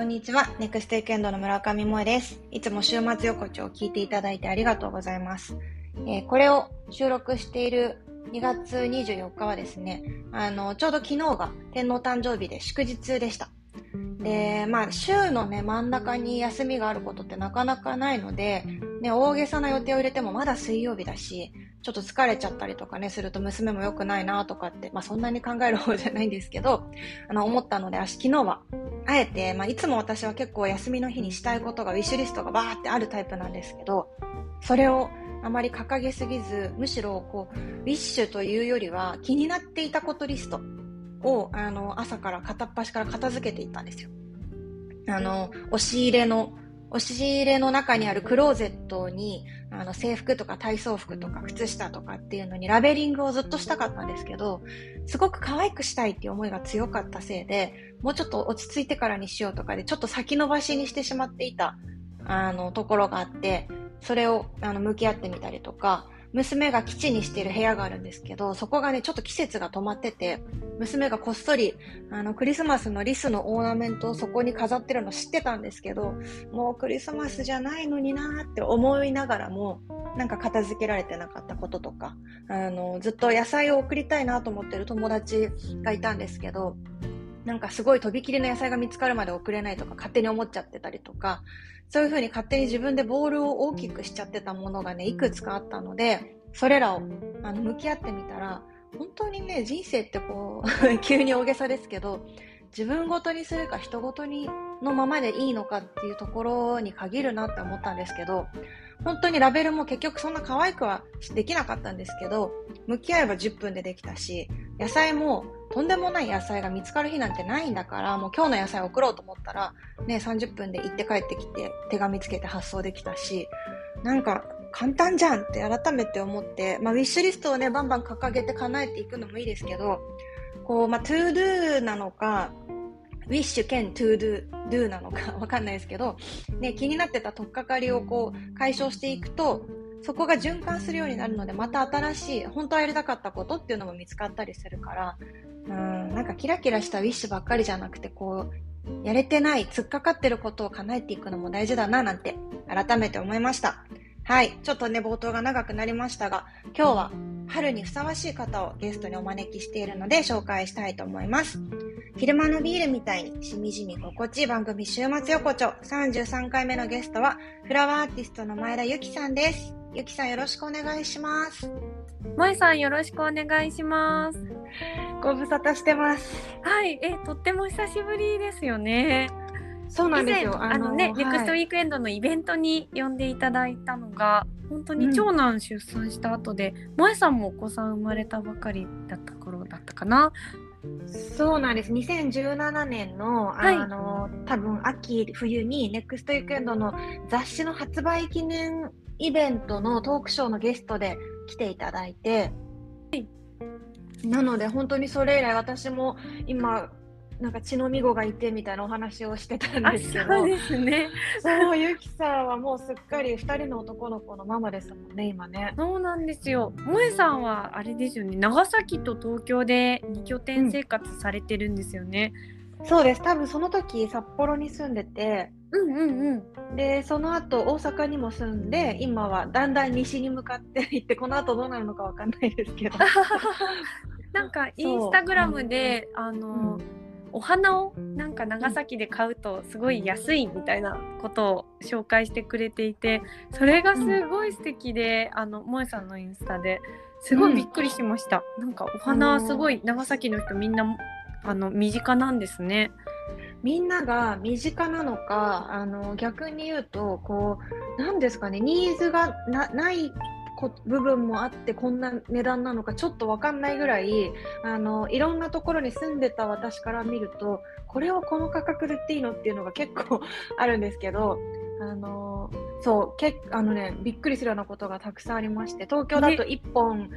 んにちは。ネクストウィークエンドの村上萌です。いつも週末横丁を聞いていただいてありがとうございます。これを収録している2月24日はですね、ちょうど昨日が天皇誕生日で祝日でした。で、週のね、真ん中に休みがあることってなかなかないので、ね、大げさな予定を入れてもまだ水曜日だし、ちょっと疲れちゃったりとかね、すると娘も良くないなとかって、そんなに考える方じゃないんですけど、思ったので、昨日は、あえて、いつも私は結構休みの日にしたいことが、ウィッシュリストがバーってあるタイプなんですけど、それをあまり掲げすぎず、むしろウィッシュというよりは気になっていたことリストを、朝から片っ端から片付けていったんですよ。押し入れの中にあるクローゼットに、制服とか体操服とか靴下とかっていうのにラベリングをずっとしたかったんですけど、すごく可愛くしたいっていう思いが強かったせいで、もうちょっと落ち着いてからにしようとかで、ちょっと先延ばしにしてしまっていた、ところがあって、それを、向き合ってみたりとか、娘が基地にしている部屋があるんですけど、そこがね、ちょっと季節が止まってて、娘がこっそり、クリスマスのリスのオーナメントをそこに飾ってるの知ってたんですけど、もうクリスマスじゃないのになーって思いながらも、なんか片付けられてなかったこととか、ずっと野菜を送りたいなと思ってる友達がいたんですけど、なんかすごいとびきりの野菜が見つかるまで送れないとか勝手に思っちゃってたりとか、そういう風に勝手に自分でボールを大きくしちゃってたものがね、いくつかあったので、それらを向き合ってみたら、本当にね、人生って急に大げさですけど、自分ごとにするか人ごとにのままでいいのかっていうところに限るなって思ったんですけど、本当にラベルも結局そんな可愛くはできなかったんですけど、向き合えば10分でできたし、野菜もとんでもない野菜が見つかる日なんてないんだから、もう今日の野菜を送ろうと思ったら、ね、30分で行って帰ってきて手紙つけて発送できたし、なんか簡単じゃんって改めて思って、ウィッシュリストをね、バンバン掲げて叶えていくのもいいですけど、トゥードゥなのか、ウィッシュ兼トゥードゥなのかわかんないですけど、ね、気になってた取っかかりを解消していくと、そこが循環するようになるので、また新しい、本当はやりたかったことっていうのも見つかったりするから、なんかキラキラしたウィッシュばっかりじゃなくて、やれてない、突っかかってることを叶えていくのも大事だな、なんて、改めて思いました。はい。ちょっとね、冒頭が長くなりましたが、今日は春にふさわしい方をゲストにお招きしているので紹介したいと思います。昼間のビールみたいにしみじみ心地いい番組週末横丁33回目のゲストはフラワーアーティストの前田ゆきさんです。ゆきさんよろしくお願いします。 萌さんよろしくお願いします。 ご無沙汰してます。 はい、とっても久しぶりですよね。 そうなんですよ。 ネクストウィークエンドのイベントに呼んでいただいたのが、本当に長男出産した後で、萌さんもお子さん生まれたばかりだった頃だったかな。 そうなんです。2017年の、多分秋冬にネクストウィークエンドの雑誌の発売記念イベントのトークショーのゲストで来ていただいて、なので本当にそれ以来私も今なんか血のみ子がいてみたいなお話をしてたんですけど、 そうですね。 そう、ゆきさんはもうすっかり2人の男の子のママですもんね、今ね。 そうなんですよ。萌さんはあれですよね、長崎と東京で2拠点生活されてるんですよね。 そうです。多分その時札幌に住んでて、でその後大阪にも住んで、今はだんだん西に向かっていって、この後どうなるのかわかんないですけどなんかインスタグラムでお花をなんか長崎で買うとすごい安いみたいなことを紹介してくれていて、それがすごい素敵で、萌さんのインスタですごいびっくりしました。なんかお花すごい長崎の人みんな身近なんですね。 みんなが身近なのか、逆に言うとなんですかね、ニーズがない部分もあってこんな値段なのかちょっと分かんないぐらい、いろんなところに住んでた私から見ると、これをこの価格で売っていいのっていうのが結構あるんですけど、そうびっくりするようなことがたくさんありまして、東京だと1本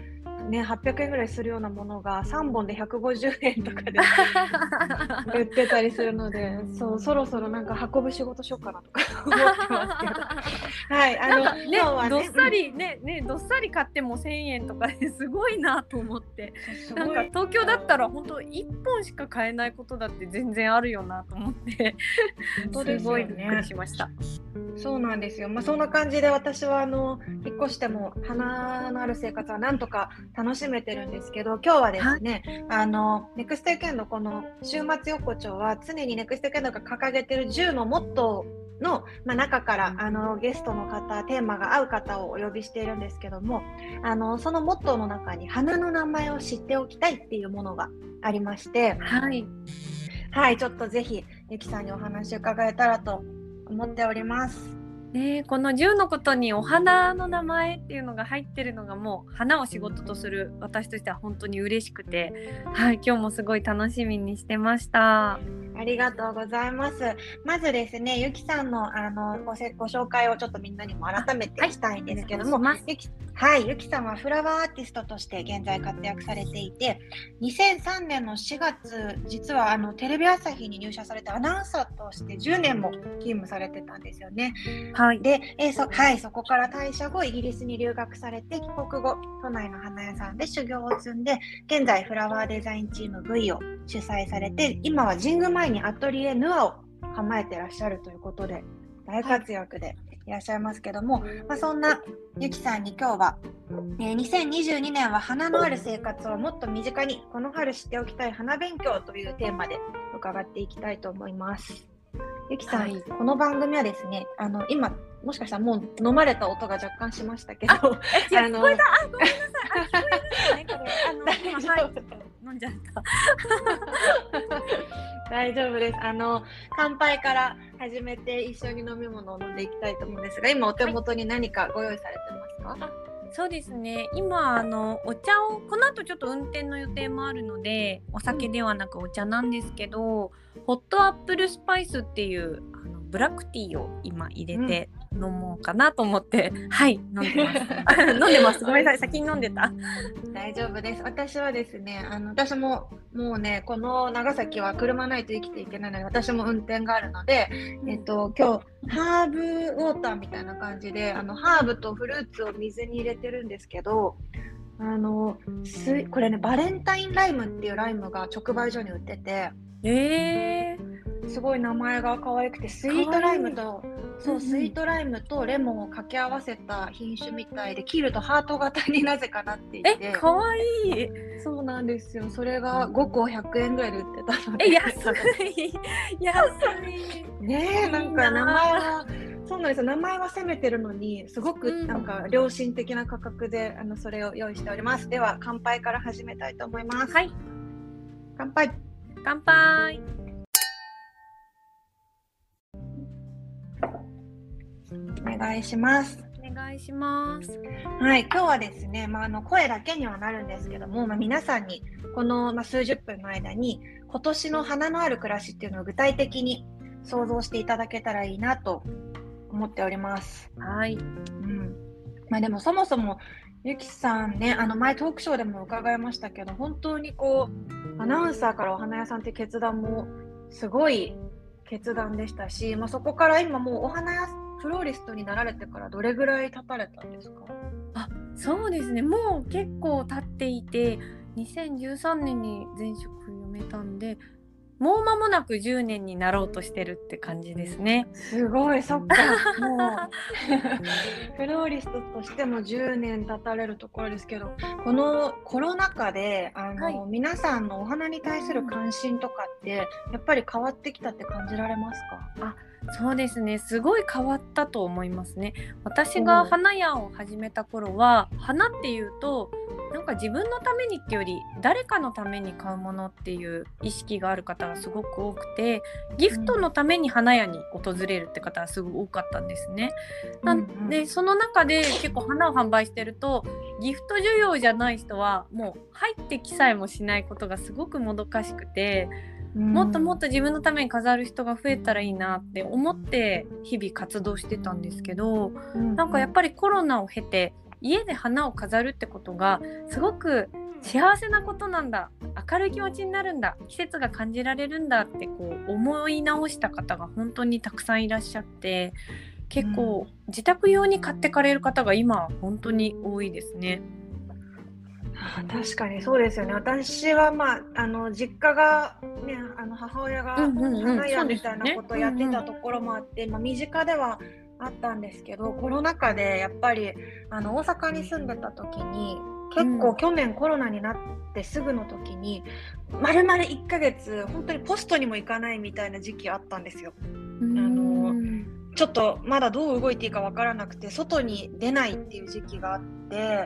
ね、800円ぐらいするようなものが3本で150円とかで売ってたりするので、そろそろなんか運ぶ仕事しようかなとか思ってますけど。はい、 ね、 今日はね、 どっさりね、どっさり買っても1000円とかですごいなと思って、なんか東京だったら本当1本しか買えないことだって全然あるよなと思ってすごいびっくりしました。 そうなんですよ。そんな感じで私は引っ越しても花のある生活はなんとか楽しめてるんですけど、今日はですね、ネクストユーケンドこの週末横丁は常にネクストユーケンドが掲げてる10のモットーの、中からゲストの方、テーマが合う方をお呼びしているんですけども、そのモットーの中に花の名前を知っておきたいっていうものがありまして、はい、ちょっとぜひゆきさんにお話伺えたらと思っております。 この10のことにお花の名前っていうのが入ってるのがもう花を仕事とする私としては本当に嬉しくて、はい、今日もすごい楽しみにしてました。 ありがとうございます。まずですね、ゆきさんのご紹介をちょっとみんなにも改めてしたいんですけども、ゆきさんはフラワーアーティストとして現在活躍されていて、2003年の4月、実はテレビ朝日に入社されてアナウンサーとして10年も勤務されてたんですよね。で、そこから退社後イギリスに留学されて、帰国後都内の花屋さんで修行を積んで、現在フラワーデザインチーム V を主催されて、今は神宮前にアトリエヌアを構えてらっしゃるということで大活躍でいらっしゃいますけども、そんなゆきさんに今日は、2022年は花のある生活をもっと身近に、この春知っておきたい花勉強というテーマで伺っていきたいと思います。ゆきさん、この番組はですね、今もしかしたらもう飲まれた音が若干しましたけど、 聞こえた、ごめんなさい、聞こえるんですね、これ飲んじゃった大丈夫です。乾杯から始めて一緒に飲み物を飲んでいきたいと思うんですが、今お手元に何かご用意されてますか？ そうですね、今お茶をこの後ちょっと運転の予定もあるのでお酒ではなくお茶なんですけど、ホットアップルスパイスっていうブラックティーを今入れて飲もうかなと思って、はい、飲んでます飲んでます。ごめんなさい、先に飲んでた。 大丈夫です。私はですね、私ももうね、この長崎は車ないと生きていけないので、私も運転があるので、今日ハーブウォーターみたいな感じで、ハーブとフルーツを水に入れてるんですけど、これね、バレンタインライムっていうライムが直売所に売ってて、すごい名前が可愛くて、スイートライムとスイートライムとレモンを掛け合わせた品種みたいで、切るとハート型になぜかなっていて、 可愛い。 そうなんですよ。それが5個100円ぐらいで売ってたので、 安いねえ、なんか名前はそうなんですよ。名前は攻めてるのにすごくなんか良心的な価格でそれを用意しております。では乾杯から始めたいと思います。 はい、 乾杯。 乾杯。 お願いします。 お願いします。 はい、今日はですね、声だけにはなるんですけども、皆さんにこの、数十分の間に今年の花のある暮らしっていうのを具体的に想像していただけたらいいなと思っております。 はい。 でもそもそもゆきさんね、前トークショーでも伺いましたけど、本当にアナウンサーからお花屋さんって決断もすごい決断でしたし、そこから今もうお花屋フローリストになられてからどれぐらい経たれたんですか？ そうですね、もう結構経っていて、2013年に前職辞めたんで、もう間もなく10年になろうとしてるって感じですね。 すごい、そっか。もうフローリストとしても10年経たれるところですけど、このコロナ禍で皆さんのお花に対する関心とかってやっぱり変わってきたって感じられますか？ そうですね、すごい変わったと思いますね。私が花屋を始めた頃は、花っていうとなんか自分のためにってより誰かのために買うものっていう意識がある方がすごく多くて、ギフトのために花屋に訪れるって方がすごく多かったんですね。でその中で結構花を販売してると、ギフト需要じゃない人はもう入ってきさえもしないことがすごくもどかしくて、もっともっと自分のために飾る人が増えたらいいなって思って日々活動してたんですけど、なんかやっぱりコロナを経て家で花を飾るってことがすごく幸せなことなんだ、明るい気持ちになるんだ、季節が感じられるんだってこう思い直した方が本当にたくさんいらっしゃって、結構自宅用に買ってかれる方が今は本当に多いですね。 確かにそうですよね。私は、実家が、ね、母親が花屋みたいなことをやってたところもあって、身近ではあったんですけど、コロナ禍でやっぱり大阪に住んでた時に結構去年コロナになってすぐの時に丸々1ヶ月本当にポストにも行かないみたいな時期あったんですよ。ちょっとまだどう動いていいかわからなくて外に出ないっていう時期があって、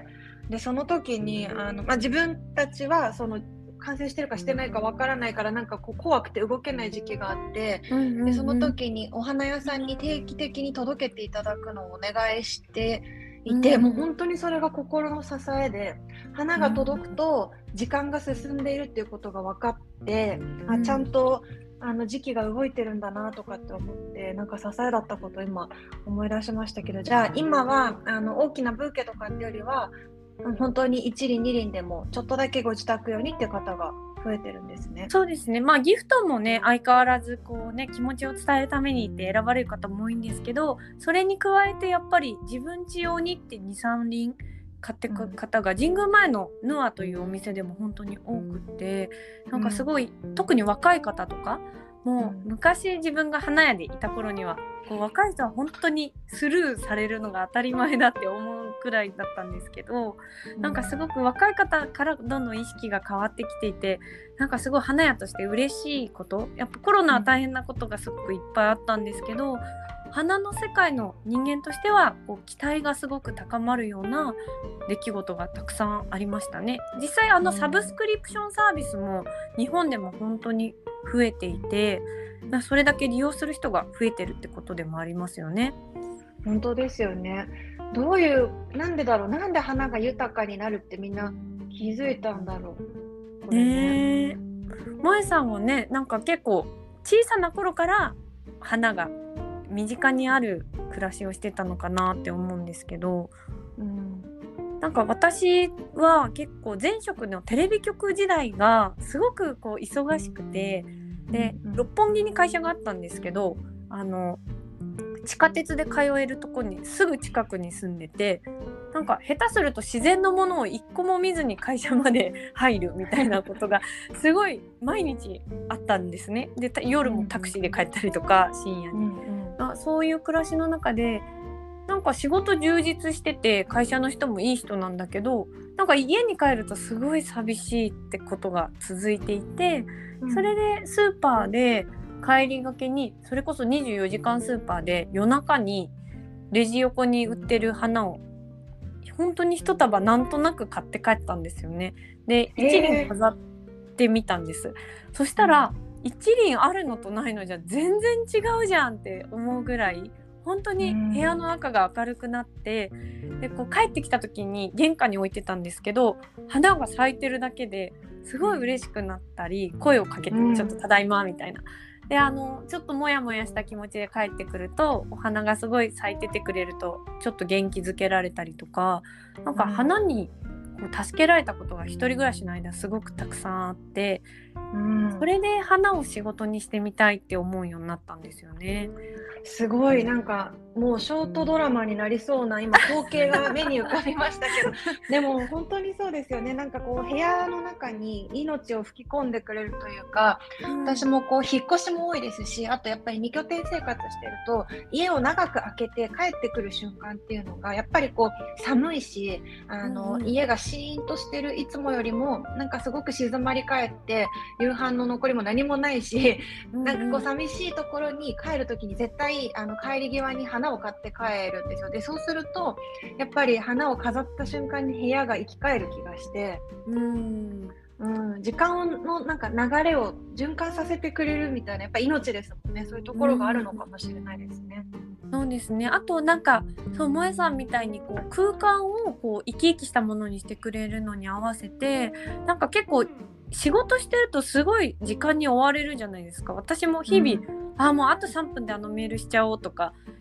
でその時に自分たちはその感染してるかしてないかわからないからなんかこう怖くて動けない時期があって、でその時にお花屋さんに定期的に届けていただくのをお願いしていて、もう本当にそれが心の支えで、花が届くと時間が進んでいるっていうことが分かって、ちゃんと時期が動いてるんだなとかって思って、なんか支えだったことを今思い出しましたけど、じゃあ今は大きなブーケとかってよりは本当に一輪二輪でもちょっとだけご自宅用にっていう方が増えてるんですね。 そうですね。ギフトもね相変わらずこうね気持ちを伝えるためにって選ばれる方も多いんですけど、それに加えてやっぱり自分家用にって2、3輪買ってく方が神宮前のヌアというお店でも本当に多くって、なんかすごい、特に若い方とかもう昔自分が花屋でいた頃にはこう若い人は本当にスルーされるのが当たり前だって思うくらいだったんですけど、なんかすごく若い方からどんどん意識が変わってきていて、なんかすごい花屋として嬉しいこと、やっぱコロナは大変なことがすごくいっぱいあったんですけど、花の世界の人間としてはこう期待がすごく高まるような出来事がたくさんありましたね。実際サブスクリプションサービスも日本でも本当に増えていて、それだけ利用する人が増えてるってことでもありますよね。 本当ですよね。どういうなんでだろう、なんで花が豊かになるってみんな気づいたんだろう。これね。 萌さんはね、なんか結構小さな頃から花が身近にある暮らしをしてたのかなって思うんですけど、なんか私は結構前職のテレビ局時代がすごくこう忙しくて、で六本木に会社があったんですけど、地下鉄で通えるとこにすぐ近くに住んでて、なんか下手すると自然のものを一個も見ずに会社まで入るみたいなことがすごい毎日あったんですね。で夜もタクシーで帰ったりとか深夜に、そういう暮らしの中でなんか仕事充実してて会社の人もいい人なんだけど、なんか家に帰るとすごい寂しいってことが続いていて、それでスーパーで帰りがけに、それこそ24時間スーパーで夜中にレジ横に売ってる花を本当に一束なんとなく買って帰ったんですよね。で一輪飾ってみたんです。そしたら一輪あるのとないのじゃ全然違うじゃんって思うぐらい本当に部屋の中が明るくなって、でこう帰ってきた時に玄関に置いてたんですけど、花が咲いてるだけですごい嬉しくなったり、声をかけてちょっとただいまみたいな、でちょっとモヤモヤした気持ちで帰ってくるとお花がすごい咲いててくれるとちょっと元気づけられたりとか、なんか花にこう助けられたことが一人暮らしの間すごくたくさんあって、それで花を仕事にしてみたいって思うようになったんですよね。 すごい、なんかもうショートドラマになりそうな今光景が目に浮かびましたけどでも本当にそうですよね。なんかこう部屋の中に命を吹き込んでくれるというか、私もこう引っ越しも多いですし、あとやっぱり2拠点生活してると家を長く開けて帰ってくる瞬間っていうのがやっぱりこう寒いし、家がシーンとしてるいつもよりもなんかすごく静まり返って夕飯の残りも何もないし、なんかこう寂しいところに帰るときに絶対帰り際に花を買って帰るんですよ。でそうするとやっぱり花を飾った瞬間に部屋が生き返る気がして、時間のなんか流れを循環させてくれるみたいな、やっぱ命ですもんね。そういうところがあるのかもしれないですね。 そうですね。あとなんかそう萌えさんみたいにこう空間をこう生き生きしたものにしてくれるのに合わせて、なんか結構仕事してるとすごい時間に追われるじゃないですか。私も日々、もうあと3分でメールしちゃおうとか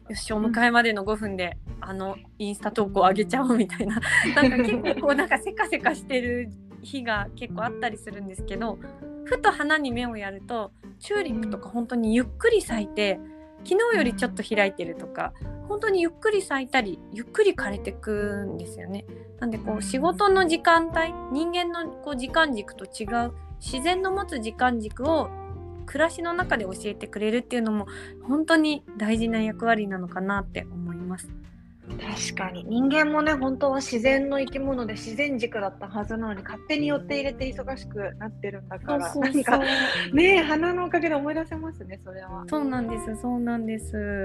よしお迎えまでの5分でインスタ投稿上げちゃおうみたいななんか結構なんかせかせかしてる日が結構あったりするんですけど、ふと花に目をやるとチューリップとか本当にゆっくり咲いて、昨日よりちょっと開いてるとか、本当にゆっくり咲いたりゆっくり枯れてくんですよね。なんでこう仕事の時間帯、人間のこう時間軸と違う自然の持つ時間軸を暮らしの中で教えてくれるっていうのも本当に大事な役割なのかなって思います。 確かに人間もね、本当は自然の生き物で自然軸だったはずなのに勝手に寄って入れて忙しくなってるんだから、 そう何かね、花のおかげで思い出せますね、それは。 そうなんです、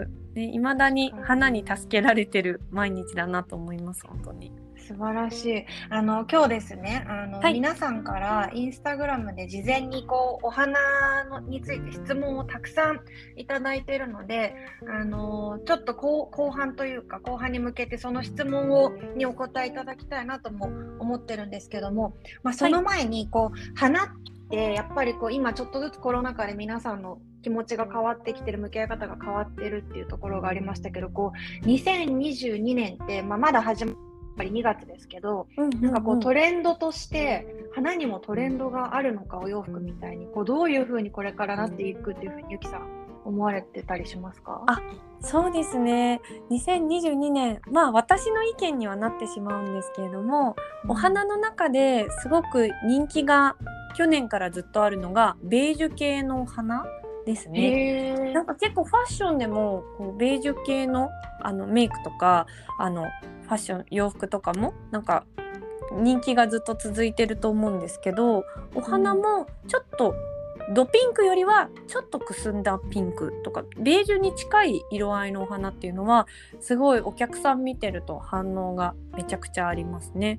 ね、未だに花に助けられてる毎日だなと思います。本当に素晴らしい。今日ですね、 はい、 皆さんからインスタグラムで事前にこうお花について質問をたくさんいただいているので、ちょっと後半というか後半に向けてその質問にお答えいただきたいなとも思ってるんですけども、その前にこう花ってやっぱりこう今ちょっとずつコロナ禍で皆さんの気持ちが変わってきてる、向き合い方が変わってるっていうところがありましたけど、こう2022年って、まだ始まっぱり2月ですけど、なんかこうトレンドとして花にもトレンドがあるのか、お洋服みたいにこうどういう風にこれからなっていくっていう風にゆきさん思われてたりしますか？ そうですね、2022年、私の意見にはなってしまうんですけれども、お花の中ですごく人気が去年からずっとあるのがベージュ系のお花ですね。なんか結構ファッションでもこうベージュ系のメイクとかファッション洋服とかもなんか人気がずっと続いてると思うんですけど、お花もちょっとドピンクよりはちょっとくすんだピンクとかベージュに近い色合いのお花っていうのはすごいお客さん見てると反応がめちゃくちゃありますね。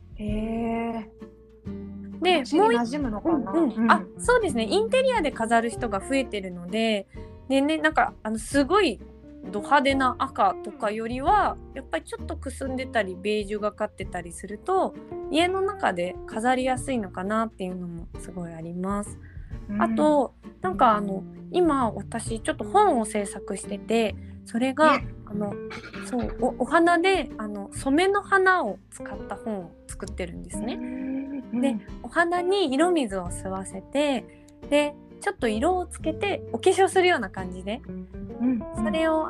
で、もう馴染むのかな、そうですね、インテリアで飾る人が増えてるので、なんかすごいド派手な赤とかよりはやっぱりちょっとくすんでたりベージュがかってたりすると家の中で飾りやすいのかなっていうのもすごいあります。あとなんか今私ちょっと本を制作してて、それがそうお花で染めの花を使った本を作ってるんですね。でお花に色水を吸わせて、でちょっと色をつけてお化粧するような感じで、それを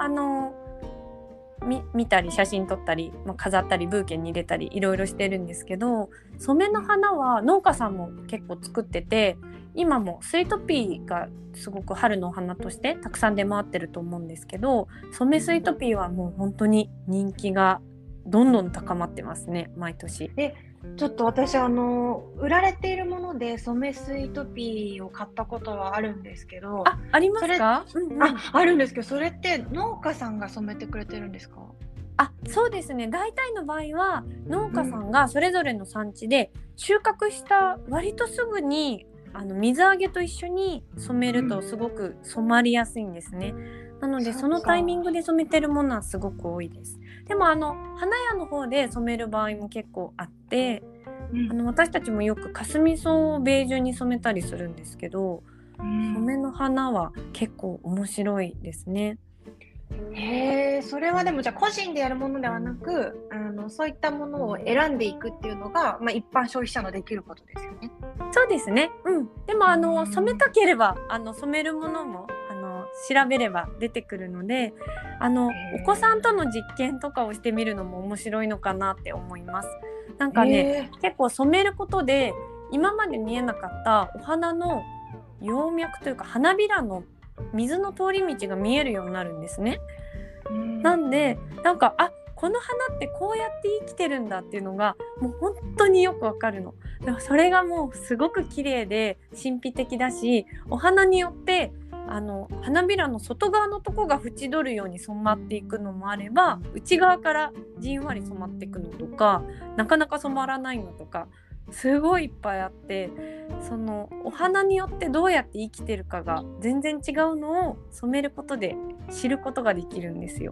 見たり写真撮ったり、飾ったりブーケに入れたりいろいろしてるんですけど、染めの花は農家さんも結構作ってて、今もスイートピーがすごく春のお花としてたくさん出回ってると思うんですけど、染めスイートピーはもう本当に人気がどんどん高まってますね、毎年。 ちょっと私売られているもので染めスイートピーを買ったことはあるんですけど。 ありますか？ あるんですけど、それって農家さんが染めてくれてるんですか？ そうですね、大体の場合は農家さんがそれぞれの産地で収穫した割とすぐに水揚げと一緒に染めるとすごく染まりやすいんですね。なのでそのタイミングで染めてるものはすごく多いです。でも花屋の方で染める場合も結構あって、私たちもよくカスミソをベージュに染めたりするんですけど、染めの花は結構面白いですね。 それはでもじゃあ個人でやるものではなく、そういったものを選んでいくっていうのが、一般消費者のできることですよね。 そうですね。でも染めたければ染めるものも調べれば出てくるので、お子さんとの実験とかをしてみるのも面白いのかなって思います。なんかね、結構染めることで今まで見えなかったお花の葉脈というか花びらの水の通り道が見えるようになるんですね。なんでなんかこの花ってこうやって生きてるんだっていうのがもう本当によくわかるの。でもそれがもうすごく綺麗で神秘的だし、お花によって花びらの外側のとこが縁取るように染まっていくのもあれば、内側からじんわり染まっていくのとか、なかなか染まらないのとかすごいいっぱいあって、そのお花によってどうやって生きてるかが全然違うのを染めることで知ることができるんですよ。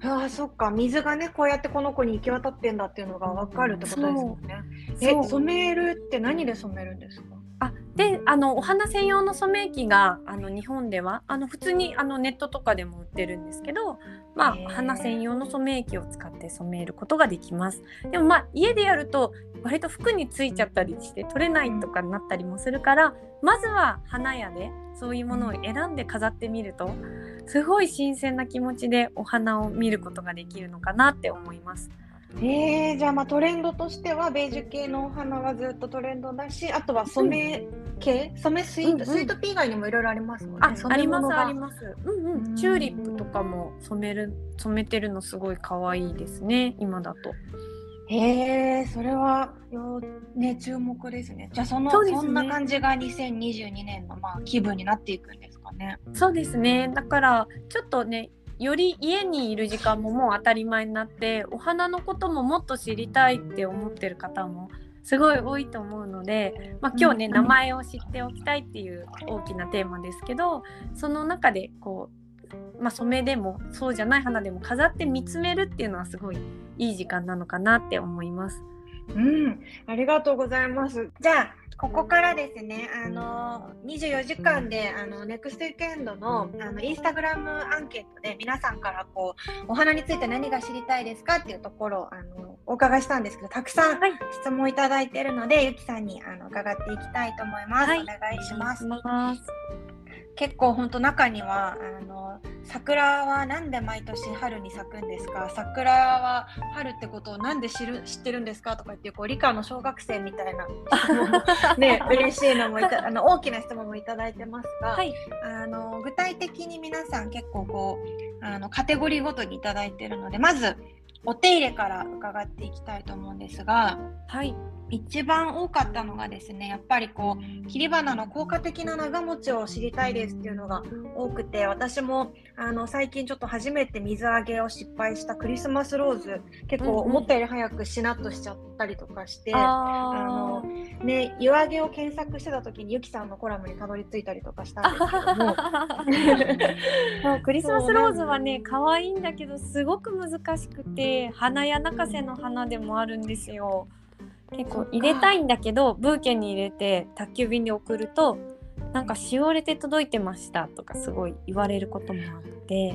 ああ、そっか。水がね、こうやってこの子に行き渡ってんだっていうのが分かるってことですもんね。染めるって何で染めるんですか？ で、お花専用の染め液が日本では普通にネットとかでも売ってるんですけど、花専用の染め液を使って染めることができます。でも家でやると割と服についちゃったりして取れないとかになったりもするから、まずは花屋でそういうものを選んで飾ってみるとすごい新鮮な気持ちでお花を見ることができるのかなって思います。 じゃあトレンドとしてはベージュ系のお花はずっとトレンドだし、あとは染め系、染めスイート、スイートピー以外にもいろいろありますもんね。 ありますあります。チューリップとかも染めてるのすごい可愛いですね、今だと。 それはね、注目ですね。じゃあそんな感じが2022年の気分になっていくんですかね。 そうですね。だからちょっとね、より家にいる時間ももう当たり前になって、お花のことももっと知りたいって思ってる方もすごい多いと思うので、今日ね、名前を知っておきたいっていう大きなテーマですけど、その中でこう、染めでもそうじゃない花でも飾って見つめるっていうのはすごいいい時間なのかなって思います。 ありがとうございます。じゃあここからですね、24時間でネクストウィークエンドのインスタグラムアンケートで皆さんからお花について何が知りたいですかっていうところをお伺いしたんですけど、たくさん質問いただいているので、ゆきさんに伺っていきたいと思います。お願いします。結構本当中には桜はなんで毎年春に咲くんですか、桜は春ってことをなんで知ってるんですかとか言って理科の小学生みたいな質問もね嬉しいのも大きな質問もいただいてますが、具体的に皆さん結構カテゴリーごとにいただいているので、まずお手入れから伺っていきたいと思うんですが、一番多かったのがですね、やっぱり切り花の効果的な長持ちを知りたいですっていうのが多くて、私も最近ちょっと初めて水あげを失敗したクリスマスローズ、結構思ったより早くしなっとしちゃったりとかして、湯あげを検索してた時にゆきさんのコラムにたどり着いたりとかしたんですけどもクリスマスローズはね可愛いんだけどすごく難しくて、花屋泣かせの花でもあるんですよ。結構入れたいんだけどブーケに入れて宅急便で送るとなんかしおれて届いてましたとかすごい言われることもあって、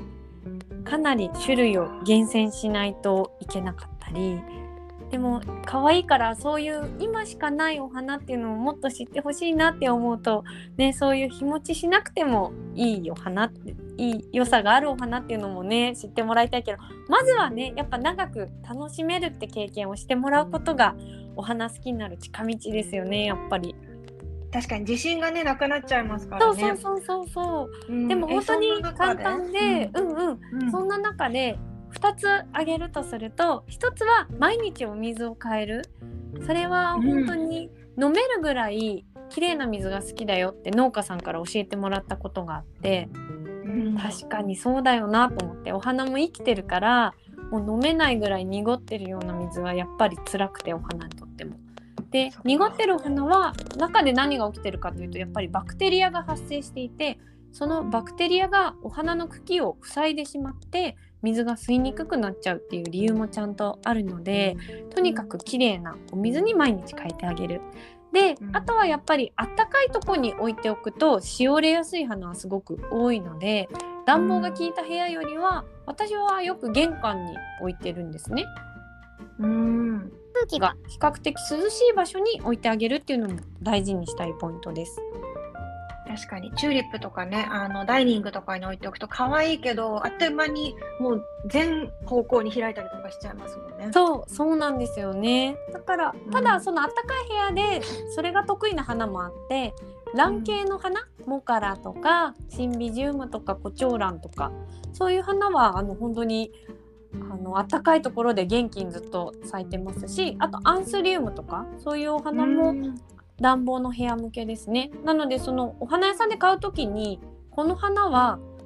かなり種類を厳選しないといけなかったり、でも可愛いからそういう今しかないお花っていうのをもっと知ってほしいなって思うとね、そういう日持ちしなくてもいいお花って、いい良さがあるお花っていうのもね知ってもらいたいけど、まずはねやっぱ長く楽しめるって経験をしてもらうことがお花好きになる近道ですよね、やっぱり。 確かに自信がねなくなっちゃいますからね。 そう、でも本当に簡単で、そんな中で2つ挙げるとすると、1つは毎日お水を変える。それは本当に飲めるぐらい綺麗な水が好きだよって農家さんから教えてもらったことがあって、確かにそうだよなと思って、お花も生きてるからもう飲めないぐらい濁ってるような水はやっぱり辛くて、お花にとっても。で、濁ってるお花は中で何が起きてるかというと、やっぱりバクテリアが発生していて、そのバクテリアがお花の茎を塞いでしまって水が吸いにくくなっちゃうっていう理由もちゃんとあるので、とにかく綺麗なお水に毎日変えてあげる。で、あとはやっぱりあったかいとこに置いておくとしおれやすい花はすごく多いので、暖房が効いた部屋よりは私はよく玄関に置いてるんですね。空気が比較的涼しい場所に置いてあげるっていうのも大事にしたいポイントです。 確かにチューリップとかね、ダイニングとかに置いておくと可愛いけど、あっという間にもう全方向に開いたりとかしちゃいますもんね。 そうなんですよね。だからただそのあったかい部屋でそれが得意な花もあって、ラン系の花、モカラとかシンビジウムとかコチョウランとか、そういう花は本当にあったかいところで元気にずっと咲いてますし、あとアンスリウムとかそういうお花も暖房の部屋向けですね。なのでそのお花屋さんで買うときにこの花は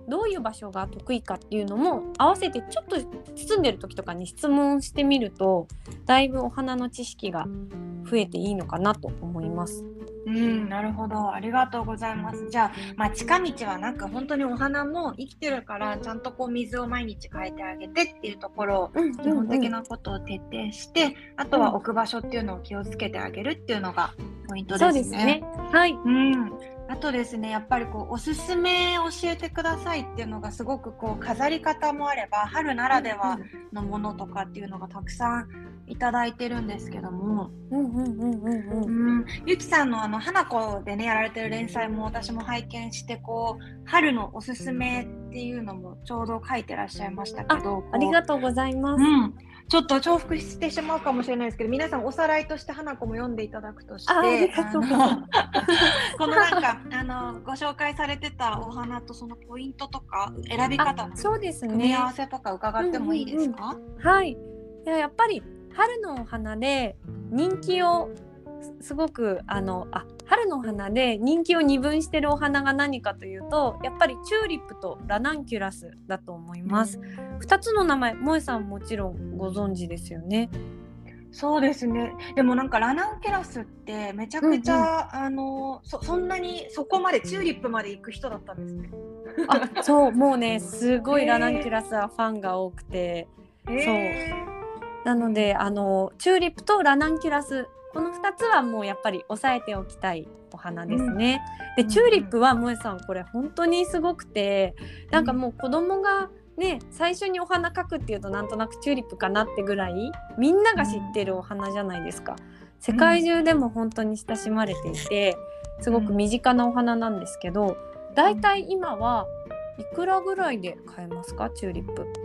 どういう場所が得意かっていうのも合わせてちょっと包んでる時とかに質問してみるとだいぶお花の知識が増えていいのかなと思います。 なるほど。ありがとうございます。じゃあ、近道はなく、本当にお花も生きてるから、ちゃんとこう水を毎日変えてあげてっていうところを、基本的なことを徹底して、あとは置く場所っていうのを気をつけてあげるっていうのがポイントですね。 そうですね。はい。 あとですね、やっぱりこうおすすめ教えてくださいっていうのがすごくこう飾り方もあれば春ならではのものとかっていうのがたくさんいただいてるんですけども、ゆきさんの花子でねやられてる連載も私も拝見して、こう春のおすすめっていうのもちょうど書いてらっしゃいましたけど、 ありがとうございます。 ちょっと重複してしまうかもしれないですけど、皆さんおさらいとして花子も読んでいただくとして、このなんかご紹介されてたお花とそのポイントとか選び方の組み合わせとか伺ってもいいですか？ はい。やっぱり春のお花で人気をすごく春のお花で人気を二分してるお花が何かというと、やっぱりチューリップとラナンキュラスだと思います。2つの名前、萌さんもちろんご存知ですよね。 そうですね。でもなんかラナンキュラスってめちゃくちゃ、そんなにそこまでチューリップまで行く人だったんですね。 そう、もうねすごいラナンキュラスはファンが多くて、そうなのでチューリップとラナンキュラス、この2つはもうやっぱり押さえておきたいお花ですね。でチューリップは萌さんこれ本当にすごくて、なんかもう子供がね最初にお花描くっていうとなんとなくチューリップかなってぐらいみんなが知ってるお花じゃないですか。世界中でも本当に親しまれていてすごく身近なお花なんですけど、だいたい今はいくらぐらいで買えますか、チューリップ？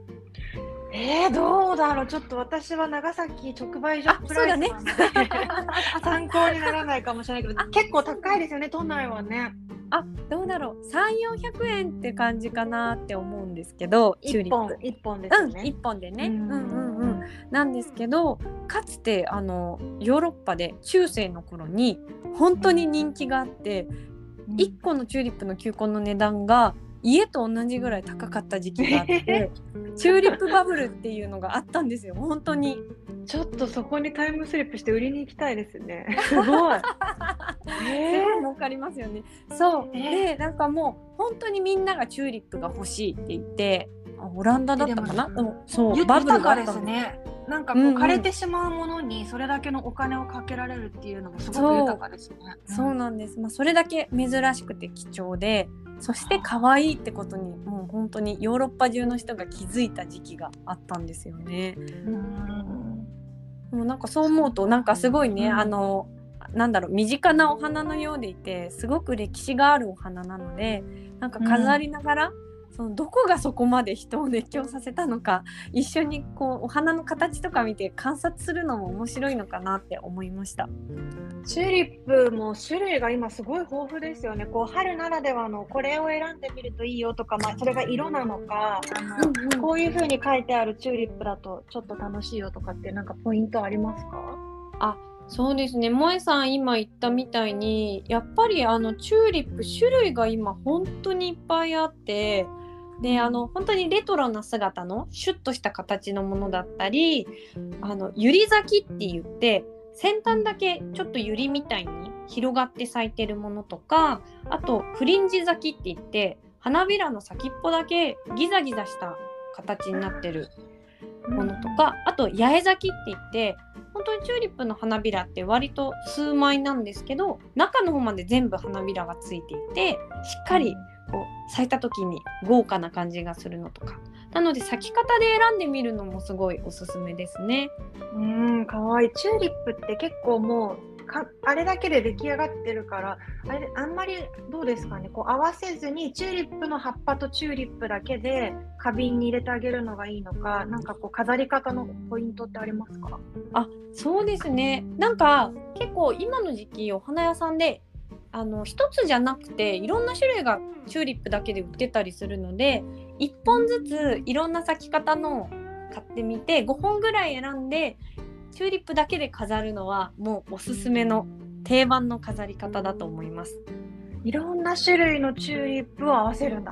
どうだろう。ちょっと私は長崎直売所プライスなんで参考にならないかもしれないけど、結構高いですよね、都内はね。 どうだろう、300、400円って感じかなって思うんですけど、チューリップ 1本ですね。 1本でね。なんですけど、かつてヨーロッパで中世の頃に本当に人気があって、1個のチューリップの球根の値段が家と同じぐらい高かった時期があってチューリップバブルっていうのがあったんですよ。本当にちょっとそこにタイムスリップして売りに行きたいですね。すごいすごい儲かりますよね。そうでなんかもう本当にみんながチューリップが欲しいって言って、オランダだったかな、そうバブルがあったんですね。 なんかこう枯れてしまうものにそれだけのお金をかけられるっていうのもすごく豊かですね。 そうなんです。それだけ珍しくて貴重で、そして可愛いってことにもう本当にヨーロッパ中の人が気づいた時期があったんですよね。もうなんかそう思うとなんかすごいね、なんだろう、身近なお花のようでいてすごく歴史があるお花なので、なんか飾りながら、そのどこがそこまで人を熱狂させたのか一緒にこうお花の形とか見て観察するのも面白いのかなって思いました。 チューリップも種類が今すごい豊富ですよね。こう春ならではのこれを選んでみるといいよとか、それが色なのかこういう風に書いてあるチューリップだとちょっと楽しいよとかってなんかポイントありますか？ そうですね、萌さん今言ったみたいにやっぱりチューリップ種類が今本当にいっぱいあって、で本当にレトロな姿のシュッとした形のものだったり、ユリ咲きって言って先端だけちょっとユリみたいに広がって咲いてるものとか、あとフリンジ咲きって言って花びらの先っぽだけギザギザした形になってるものとか、あと八重咲きって言って本当にチューリップの花びらって割と数枚なんですけど中の方まで全部花びらがついていてしっかりこう咲いた時に豪華な感じがするのとか、なので咲き方で選んでみるのもすごいおすすめですね。 かわいい。チューリップって結構もうあれだけで出来上がってるからあんまりどうですかね、こう合わせずにチューリップの葉っぱとチューリップだけで花瓶に入れてあげるのがいいのか、なんかこう飾り方のポイントってありますか？ そうですね、なんか結構今の時期お花屋さんで一つじゃなくていろんな種類がチューリップだけで売ってたりするので、1本ずついろんな咲き方の買ってみて5本ぐらい選んでチューリップだけで飾るのはもうおすすめの定番の飾り方だと思います。 いろんな種類のチューリップを合わせるんだ。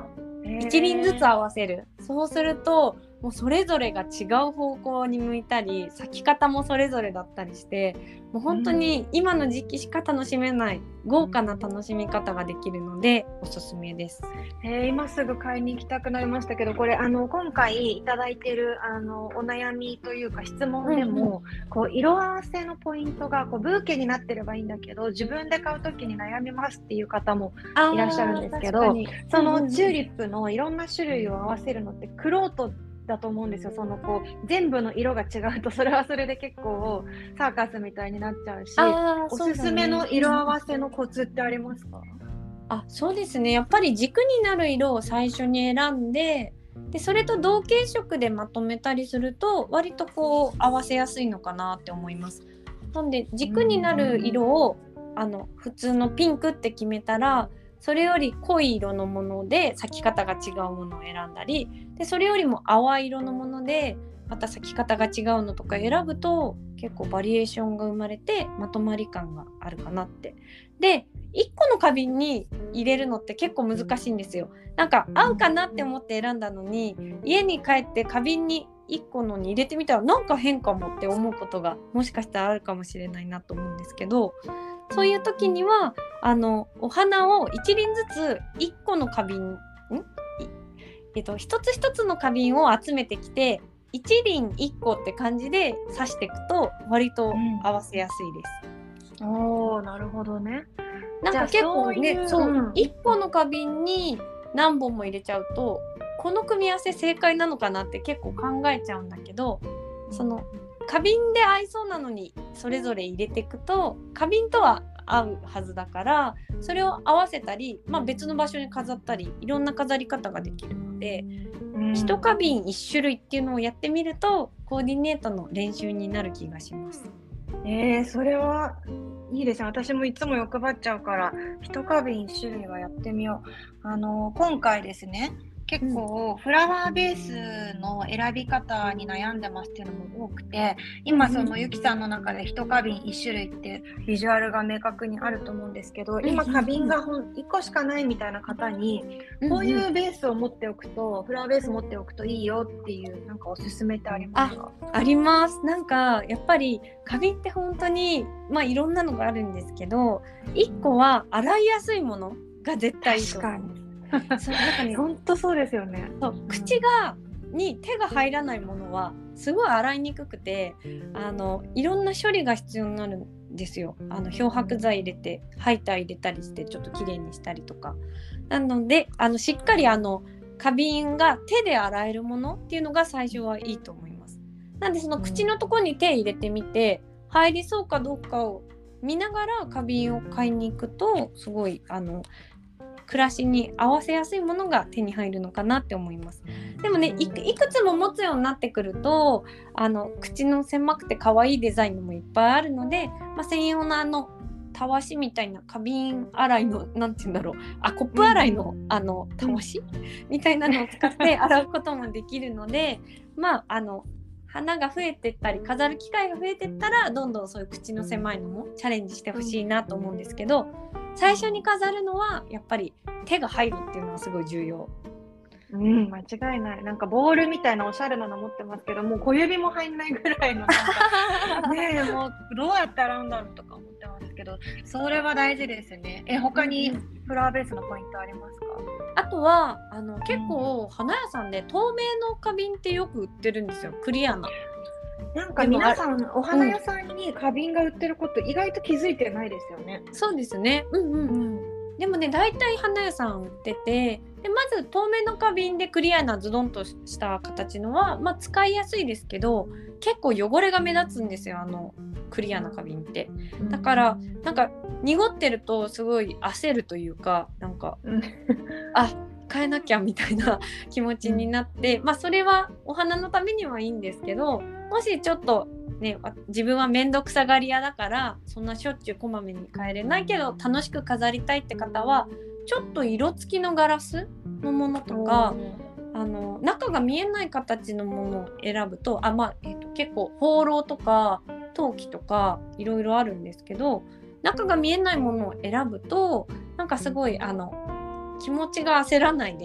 一輪ずつ合わせる。そうするともうそれぞれが違う方向に向いたり、咲き方もそれぞれだったりして、もう本当に今の時期しか楽しめない豪華な楽しみ方ができるのでおすすめです。 今すぐ買いに行きたくなりましたけど、これ今回いただいているお悩みというか質問でも、こう色合わせのポイントがこうブーケになってればいいんだけど、自分で買うときに悩みますっていう方もいらっしゃるんですけど、そのチューリップのいろんな種類を合わせるのってクロートだと思うんですよ。そのこう全部の色が違うとそれはそれで結構サーカスみたいになっちゃうし、おすすめの色合わせのコツってありますか？ そうですね、やっぱり軸になる色を最初に選んで、それと同系色でまとめたりすると割とこう合わせやすいのかなって思います。なんで軸になる色を普通のピンクって決めたら、それより濃い色のもので咲き方が違うものを選んだり、でそれよりも淡い色のものでまた咲き方が違うのとか選ぶと結構バリエーションが生まれてまとまり感があるかなって。で1個の花瓶に入れるのって結構難しいんですよ。なんか合うかなって思って選んだのに、家に帰って花瓶に1個のに入れてみたらなんか変かもって思うことがもしかしたらあるかもしれないなと思うんですけど、そういう時にはお花を一輪ずつ1個の花瓶一つ一つの花瓶を集めてきて一輪1個って感じで刺していくと割と合わせやすいです。 なるほどね。 なんか結構ね、1個の花瓶に何本も入れちゃうとこの組み合わせ正解なのかなって結構考えちゃうんだけど、その花瓶で合いそうなのにそれぞれ入れていくと花瓶とは合うはずだから、それを合わせたり、別の場所に飾ったりいろんな飾り方ができるので、一花瓶一種類っていうのをやってみるとコーディネートの練習になる気がします。 それはいいですね。私もいつも欲張っちゃうから一花瓶一種類はやってみよう。今回ですね、結構フラワーベースの選び方に悩んでますっていうのも多くて、今そのゆきさんの中で一花瓶一種類ってビジュアルが明確にあると思うんですけど、今花瓶が1個しかないみたいな方にこういうベースを持っておくと、フラワーベース持っておくといいよっていうなんかおすすめってありますか？ あります。なんかやっぱり花瓶って本当にいろんなのがあるんですけど、1個は洗いやすいものが絶対いいと思う。 本当そうですよね。 口に手が入らないものはすごい洗いにくくて、いろんな処理が必要になるんですよ。漂白剤入れてハイター入れたりしてちょっときれいにしたりとか。なのでしっかり花瓶が手で洗えるものっていうのが最初はいいと思います。なんでその口のところに手入れてみて、入りそうかどうかを見ながら花瓶を買いに行くとすごい暮らしに合わせやすいものが手に入るのかなって思います。でもね、いくつも持つようになってくると口の狭くて可愛いデザインもいっぱいあるので、専用のたわしみたいな花瓶洗いのなんて言うんだろう、コップ洗いのたわしみたいなのを使って洗うこともできるので花が増えてったり飾る機会が増えてったらどんどんそういう口の狭いのもチャレンジしてほしいなと思うんですけど、最初に飾るのはやっぱり手が入るっていうのはすごい重要。 間違いない。なんかボールみたいなおしゃれなの持ってますけど、もう小指も入んないぐらいのなんかねもうどうやって洗うんだろうとか思ってますけど、それは大事ですね。他にフラワーベースのポイントありますか？ あとは結構花屋さんで透明の花瓶ってよく売ってるんですよ。クリアな。 なんか皆さんお花屋さんに花瓶が売ってること意外と気づいてないですよね。 そうですね。でもね、大体花屋さん売ってて、でまず透明の花瓶でクリアなズドンとした形のは、使いやすいですけど結構汚れが目立つんですよ、クリアな花瓶って。だからなんか濁ってるとすごい焦るというか、なんか変えなきゃみたいな気持ちになって、それはお花のためにはいいんですけど、もしちょっとね、自分は面倒くさがり屋だからそんなしょっちゅうこまめに変えれないけど楽しく飾りたいって方はちょっと色付きのガラスのものとか中が見えない形のものを選ぶと結構放浪とか陶器とかいろいろあるんですけど、中が見えないものを選ぶとなんかすごい気持ちが焦らないで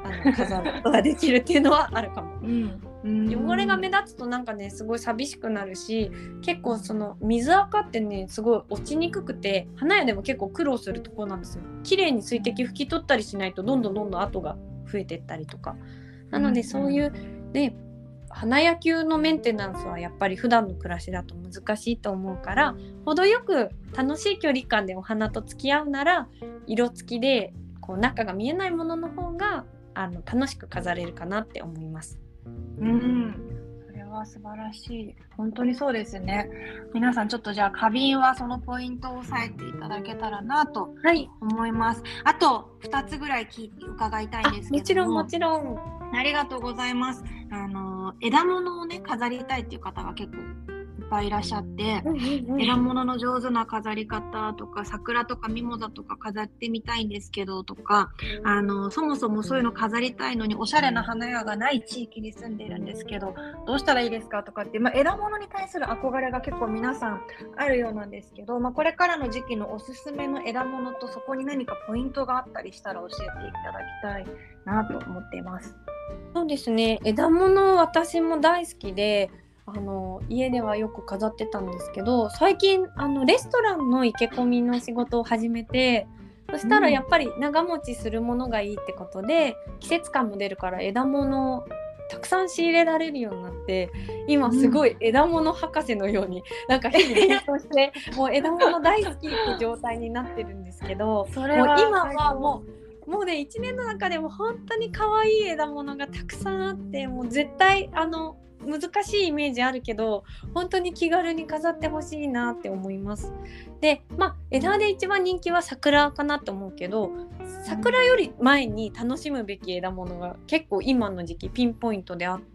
飾ることができるっていうのはあるかも。汚れが目立立つとなんかねすごい寂しくなるし、結構その水垢ってねすごい落ちにくくて花屋でも結構苦労するところなんですよ。綺麗に水滴拭き取ったりしないとどんどん跡が増えてったりとか。なのでそういうね花屋級のメンテナンスはやっぱり普段の暮らしだと難しいと思うから、程よく楽しい距離感でお花と付き合うなら色付きでこう中が見えないものの方が楽しく飾れるかなって思います。 それは素晴らしい。本当にそうですね。皆さんちょっとじゃあ花瓶はそのポイントを押さえていただけたらなと思います。あと2つぐらい伺いたいんですけどもちろんありがとうございます。枝物をね飾りたいっていう方が結構いっぱいいらっしゃって、枝物の上手な飾り方とか桜とかミモザとか飾ってみたいんですけどとか、そもそもそういうの飾りたいのにおしゃれな花屋がない地域に住んでるんですけどどうしたらいいですかとかって、枝物に対する憧れが結構皆さんあるようなんですけど、これからの時期のおすすめの枝物とそこに何かポイントがあったりしたら教えていただきたいなと思っています。 そうですね、枝物私も大好きで家ではよく飾ってたんですけど、最近レストランの生け込みの仕事を始めて、そしたらやっぱり長持ちするものがいいってことで、季節感も出るから枝物をたくさん仕入れられるようになって、今すごい枝物博士のようになんか日々勉強してもう枝物大好きって状態になってるんですけどそれはもう今はもうね1年の中でも本当に可愛い枝物がたくさんあって、もう絶対難しいイメージあるけど本当に気軽に飾ってほしいなって思います。で、枝で一番人気は桜かなと思うけど、桜より前に楽しむべき枝物が結構今の時期ピンポイントであって、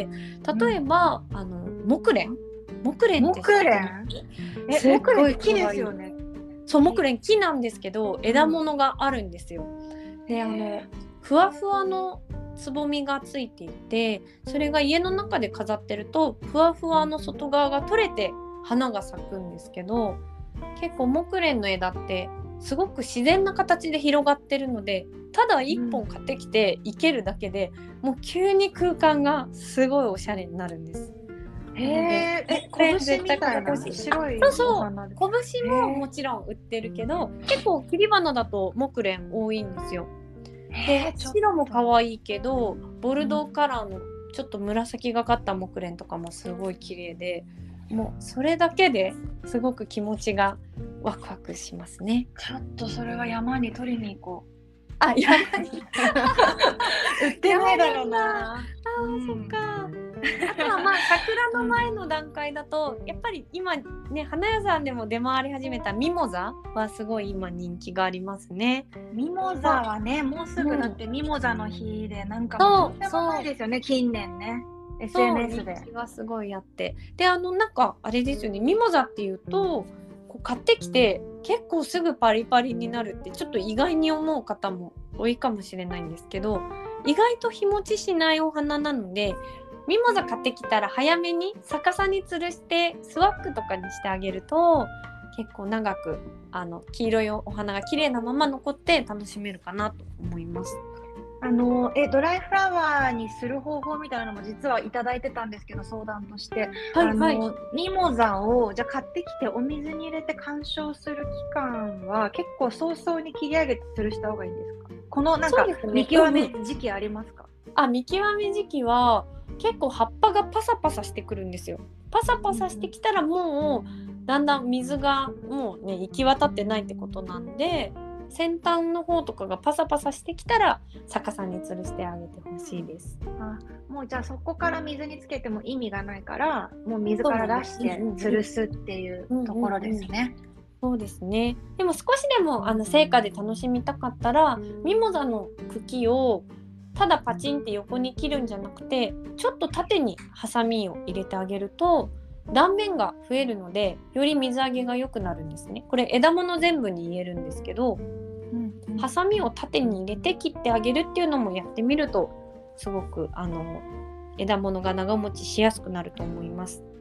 例えば木蓮ってすっごい木ですよね。 そう、木蓮木なんですけど枝物があるんですよ。でふわふわのつぼみがついていて、それが家の中で飾ってるとふわふわの外側が取れて花が咲くんですけど、結構木蓮の枝ってすごく自然な形で広がってるので、ただ一本買ってきて生けるだけで、もう急に空間がすごいおしゃれになるんです。 拳みたいな白いお花です。 拳ももちろん売ってるけど、結構切り花だと木蓮多いんですよ。で白も可愛いけどボルドーカラーのちょっと紫がかった木蓮とかもすごい綺麗で、もうそれだけですごく気持ちがワクワクしますね。 ちょっとそれは山に取りに行こう。 山に売ってないだろうな。 そっか。あとは桜の前の段階だとやっぱり今ね花屋さんでも出回り始めたミモザはすごい今人気がありますね。 ミモザはねもうすぐだってミモザの日でなんかとんでもないですよね、近年ね SNS で。 人気がすごいあって、でなんかあれですよね、ミモザっていうとこう買ってきて結構すぐパリパリになるってちょっと意外に思う方も多いかもしれないんですけど、意外と日持ちしないお花なので、ミモザ買ってきたら早めに逆さに吊るしてスワッグとかにしてあげると結構長く黄色いお花が綺麗なまま残って楽しめるかなと思います。 ドライフラワーにする方法みたいなのも実はいただいてたんですけど、相談として、ミモザをじゃ買ってきてお水に入れて鑑賞する期間は結構早々に切り上げて吊るした方がいいんですか？このなんか見極め時期ありますか？ 見極め時期は結構葉っぱがパサパサしてくるんですよ。パサパサしてきたらもうだんだん水がもうね行き渡ってないってことなんで、先端の方とかがパサパサしてきたら逆さに吊るしてあげてほしいです。 もうじゃあそこから水につけても意味がないからもう水から出して吊るすっていうところですね。 そうですね。でも少しでも成果で楽しみたかったらミモザの茎をただパチンって横に切るんじゃなくて、ちょっと縦にハサミを入れてあげると断面が増えるのでより水揚げが良くなるんですね。これ枝物全部に言えるんですけど、ハサミを縦に入れて切ってあげるっていうのもやってみるとすごく枝物が長持ちしやすくなると思います。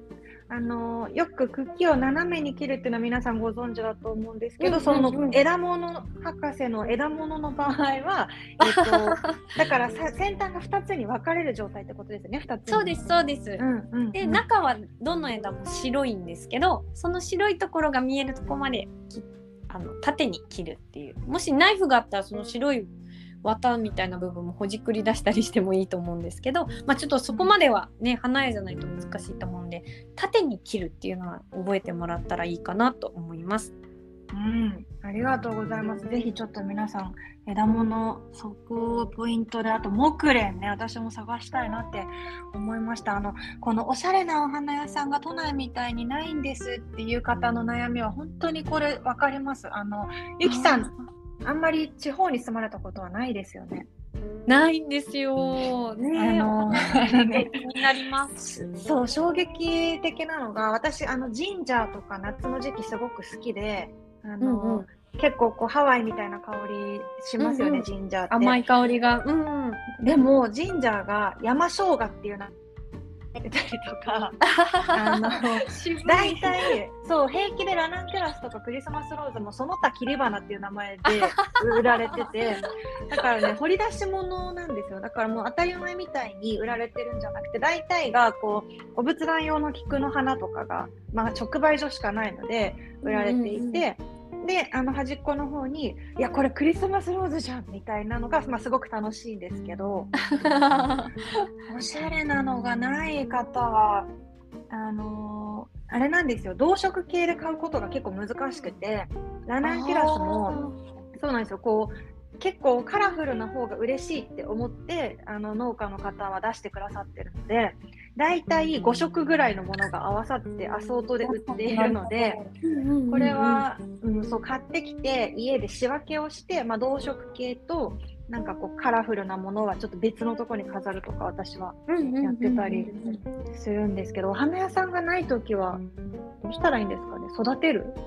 よく茎を斜めに切るっていうのは皆さんご存知だと思うんですけど、その枝物博士の枝物の場合は、だから先端が2つに分かれる状態ってことですね。2つ。 そうですそうです。で、中はどの枝も白いんですけど、その白いところが見えるところまで縦に切るっていう。もしナイフがあったらその白い綿みたいな部分もほじくり出したりしてもいいと思うんですけど、ちょっとそこまではね、花絵じゃないと難しいと思うんで、縦に切るっていうのは覚えてもらったらいいかなと思います。 ありがとうございます。ぜひちょっと皆さん枝物、そこをポイントで、あと木蓮ね、私も探したいなって思いました。このおしゃれなお花屋さんが都内みたいにないんですっていう方の悩みは本当にこれ分かります。ゆきさん、あんまり地方に住まれたことはないですよね。 ないんですよ。気になります。 そう、衝撃的なのが、私ジンジャーとか夏の時期すごく好きで、結構こうハワイみたいな香りしますよね、ジンジャーって。 甘い香りが。 でもジンジャーが山生姜っていうのたりとか大体そう平気でラナンキュラスとかクリスマスローズもその他切り花っていう名前で売られててだからね掘り出し物なんですよ。だからもう当たり前みたいに売られてるんじゃなくて、大体がこうお仏壇用の菊の花とかが、直売所しかないので売られていて、で端っこの方にいやこれクリスマスローズじゃんみたいなのが、すごく楽しいんですけどおしゃれなのがない方はあれなんですよ、同色系で買うことが結構難しくて、ラナンキュラスもそうなんですよ。こう結構カラフルな方が嬉しいって思って農家の方は出してくださってるので、だいたい5色ぐらいのものが合わさってアソートで売っているので、これは、そう買ってきて家で仕分けをして、同色系となんかこうカラフルなものはちょっと別のところに飾るとか私はやってたりするんですけど、お花屋さんがないときはどうしたらいいんですかね。育てる？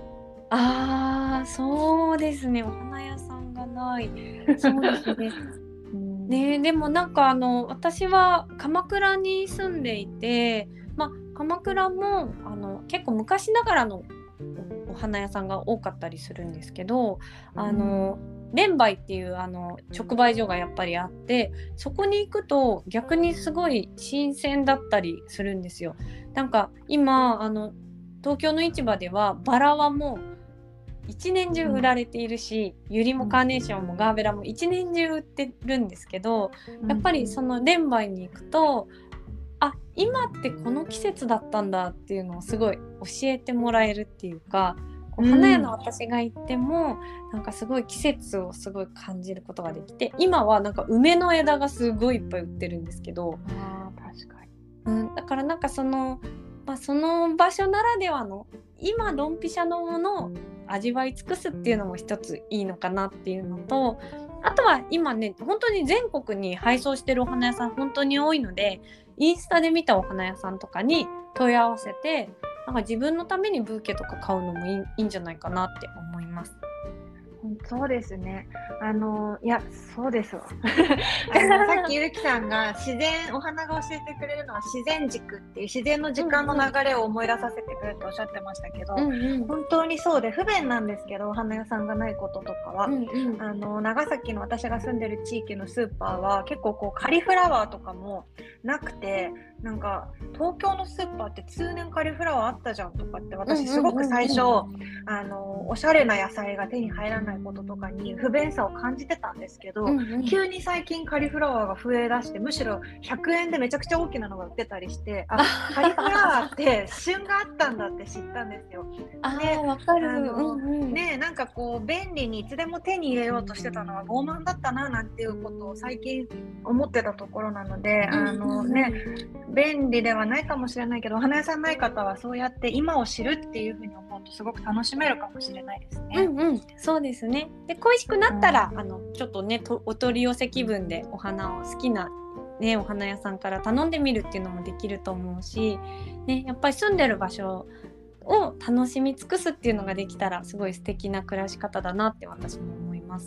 そうですね、お花屋さんがない。そうですね。でもなんか私は鎌倉に住んでいて、鎌倉も結構昔ながらのお花屋さんが多かったりするんですけど、蓮梅っていう直売所がやっぱりあって、そこに行くと逆にすごい新鮮だったりするんですよ。なんか今東京の市場ではバラはもう一年中売られているし、ユリもカーネーションもガーベラも一年中売ってるんですけど、やっぱりその蓮梅に行くと今ってこの季節だったんだっていうのをすごい教えてもらえるっていうか、花屋の私が行ってもなんかすごい季節をすごい感じることができて、今はなんか梅の枝がすごいいっぱい売ってるんですけど、 確かに、 だからなんかその場所ならではの今ドンピシャのものを味わい尽くすっていうのも一ついいのかなっていうのと、あとは今ね本当に全国に配送してるお花屋さん本当に多いので、インスタで見たお花屋さんとかに問い合わせて、なんか自分のためにブーケとか買うのもいいんじゃないかなって思います。 そうですね。いや、そうですわ。さっきゆきさんがお花が教えてくれるのは自然軸っていう自然の時間の流れを思い出させてくれるとおっしゃってましたけど、本当にそうで不便なんですけど、お花屋さんがないこととかは、長崎の私が住んでる地域のスーパーは結構こうカリフラワーとかもなくて、なんか東京のスーパーって通年カリフラワーあったじゃんとかって、私すごく最初おしゃれな野菜が手に入らないこととかに不便さを感じてたんですけど、急に最近カリフラワーが増えだして、むしろ100円でめちゃくちゃ大きなのが売ってたりして、カリフラワーって旬があったんだって知ったんですよ。 わかる。 なんかこう便利にいつでも手に入れようとしてたのは傲慢だったななんていうことを最近思ってたところなので、便利ではないかもしれないけど、お花屋さんない方はそうやって今を知るっていうふうに思うとすごく楽しめるかもしれないですね。 そうですね。で恋しくなったらちょっとねお取り寄せ気分でお花を好きなお花屋さんから頼んでみるっていうのもできると思うし、やっぱり住んでる場所を楽しみ尽くすっていうのができたらすごい素敵な暮らし方だなって私も思います。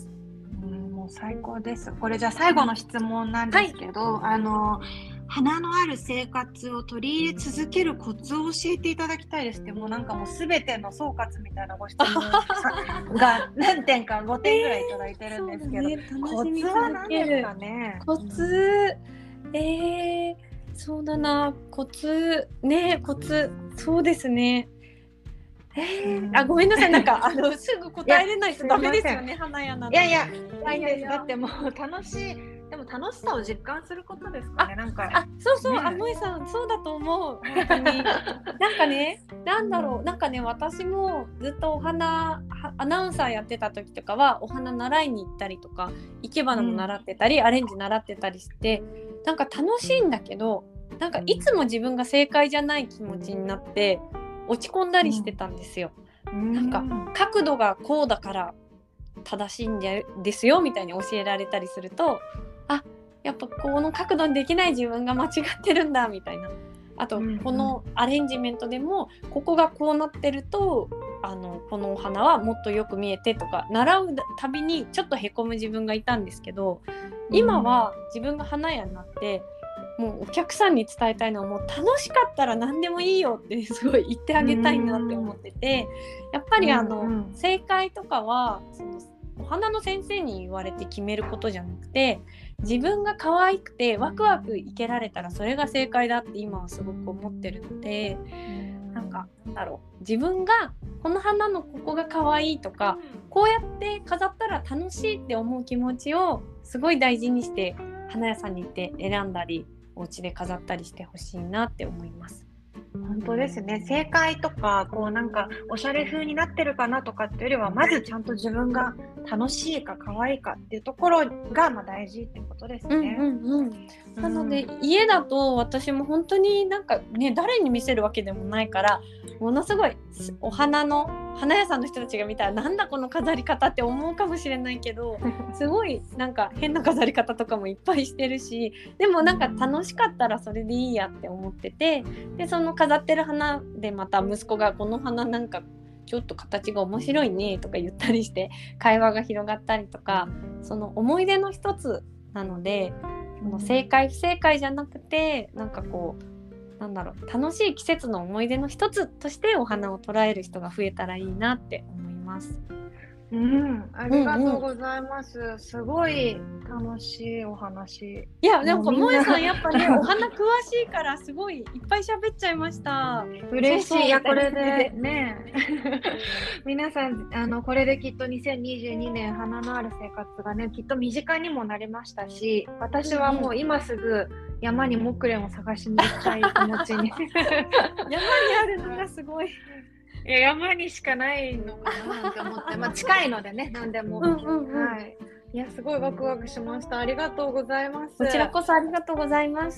もう最高です。これじゃあ最後の質問なんですけど、 花のある生活を取り入れ続けるコツを教えていただきたいですって、もうなんかもうすべての総括みたいなご質問が何点か5点ぐらいいただいてるんですけど、コツは何ですかね。 コツ、そうだな、コツそうですね。ごめんなさい、なんかすぐ答えれないとダメですよね、花屋なの。 いやいいんです。だってもう楽しさを実感することですかね。なんかそう、萌さんそうだと思う、本当に。なんかね、なんだろう、なんかね、私もずっとアナウンサーやってた時とかはお花習いに行ったりとか、生け花も習ってたり、アレンジ習ってたりして、なんか楽しいんだけど、なんかいつも自分が正解じゃない気持ちになって落ち込んだりしてたんですよ。なんか角度がこうだから正しいんですよみたいに教えられたりすると、やっぱこの角度にできない自分が間違ってるんだみたいな。あと、このアレンジメントでもここがこうなってるとこのお花はもっとよく見えてとか、習うたびにちょっとへこむ自分がいたんですけど、今は自分が花屋になってもうお客さんに伝えたいのは、もう楽しかったら何でもいいよってすごい言ってあげたいなって思ってて、やっぱり正解とかはそのお花の先生に言われて決めることじゃなくて、自分が可愛くてワクワク生けられたらそれが正解だって今はすごく思ってるので、なんか自分がこの花のここが可愛いとか、こうやって飾ったら楽しいって思う気持ちをすごい大事にして花屋さんに行って選んだりお家で飾ったりしてほしいなって思います。 本当ですね。正解とかなんかおしゃれ風になってるかなとかっていうよりは、まずちゃんと自分が楽しいか可愛いかっていうところが大事ってことですね。 なので家だと私も本当になんかね、誰に見せるわけでもないから、ものすごい花屋さんの人たちが見たらなんだこの飾り方って思うかもしれないけど、すごいなんか変な飾り方とかもいっぱいしてるし、でもなんか楽しかったらそれでいいやって思ってて、でその飾ってる花でまた息子がこの花なんかちょっと形が面白いねとか言ったりして会話が広がったりとか、その思い出の一つなので、正解不正解じゃなくて、なんか楽しい季節の思い出の一つとしてお花を捉える人が増えたらいいなって思います。 ありがとうございます。すごい楽しいお話。 いや、なんか萌さんやっぱね、お花詳しいからすごいいっぱい喋っちゃいました。 嬉しい。いや、これでね皆さんこれできっと2022年花のある生活がね、きっと身近にもなりましたし、私はもう今すぐ山に木蓮を探しに行きたい気持ちに山にあるのがすごい。 山にしかないのかななんて思って、近いのでね、何でも。いや、すごいワクワクしました。ありがとうございます。 こちらこそありがとうございました。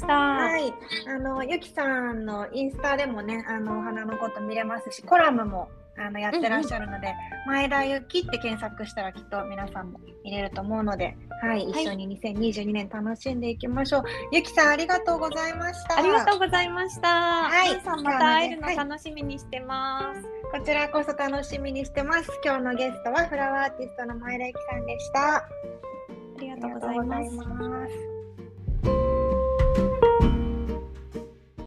ゆきさんのインスタでもね、お花のこと見れますし、コラムもやってらっしゃるので、前田ゆきって検索したらきっと皆さんも見れると思うので、一緒に2022年楽しんでいきましょう。ゆきさん、ありがとうございました。 ありがとうございました。皆さんまた会えるの楽しみにしてます。 こちらこそ楽しみにしてます。今日のゲストはフラワーアーティストの前田ゆきさんでした。 ありがとうございます。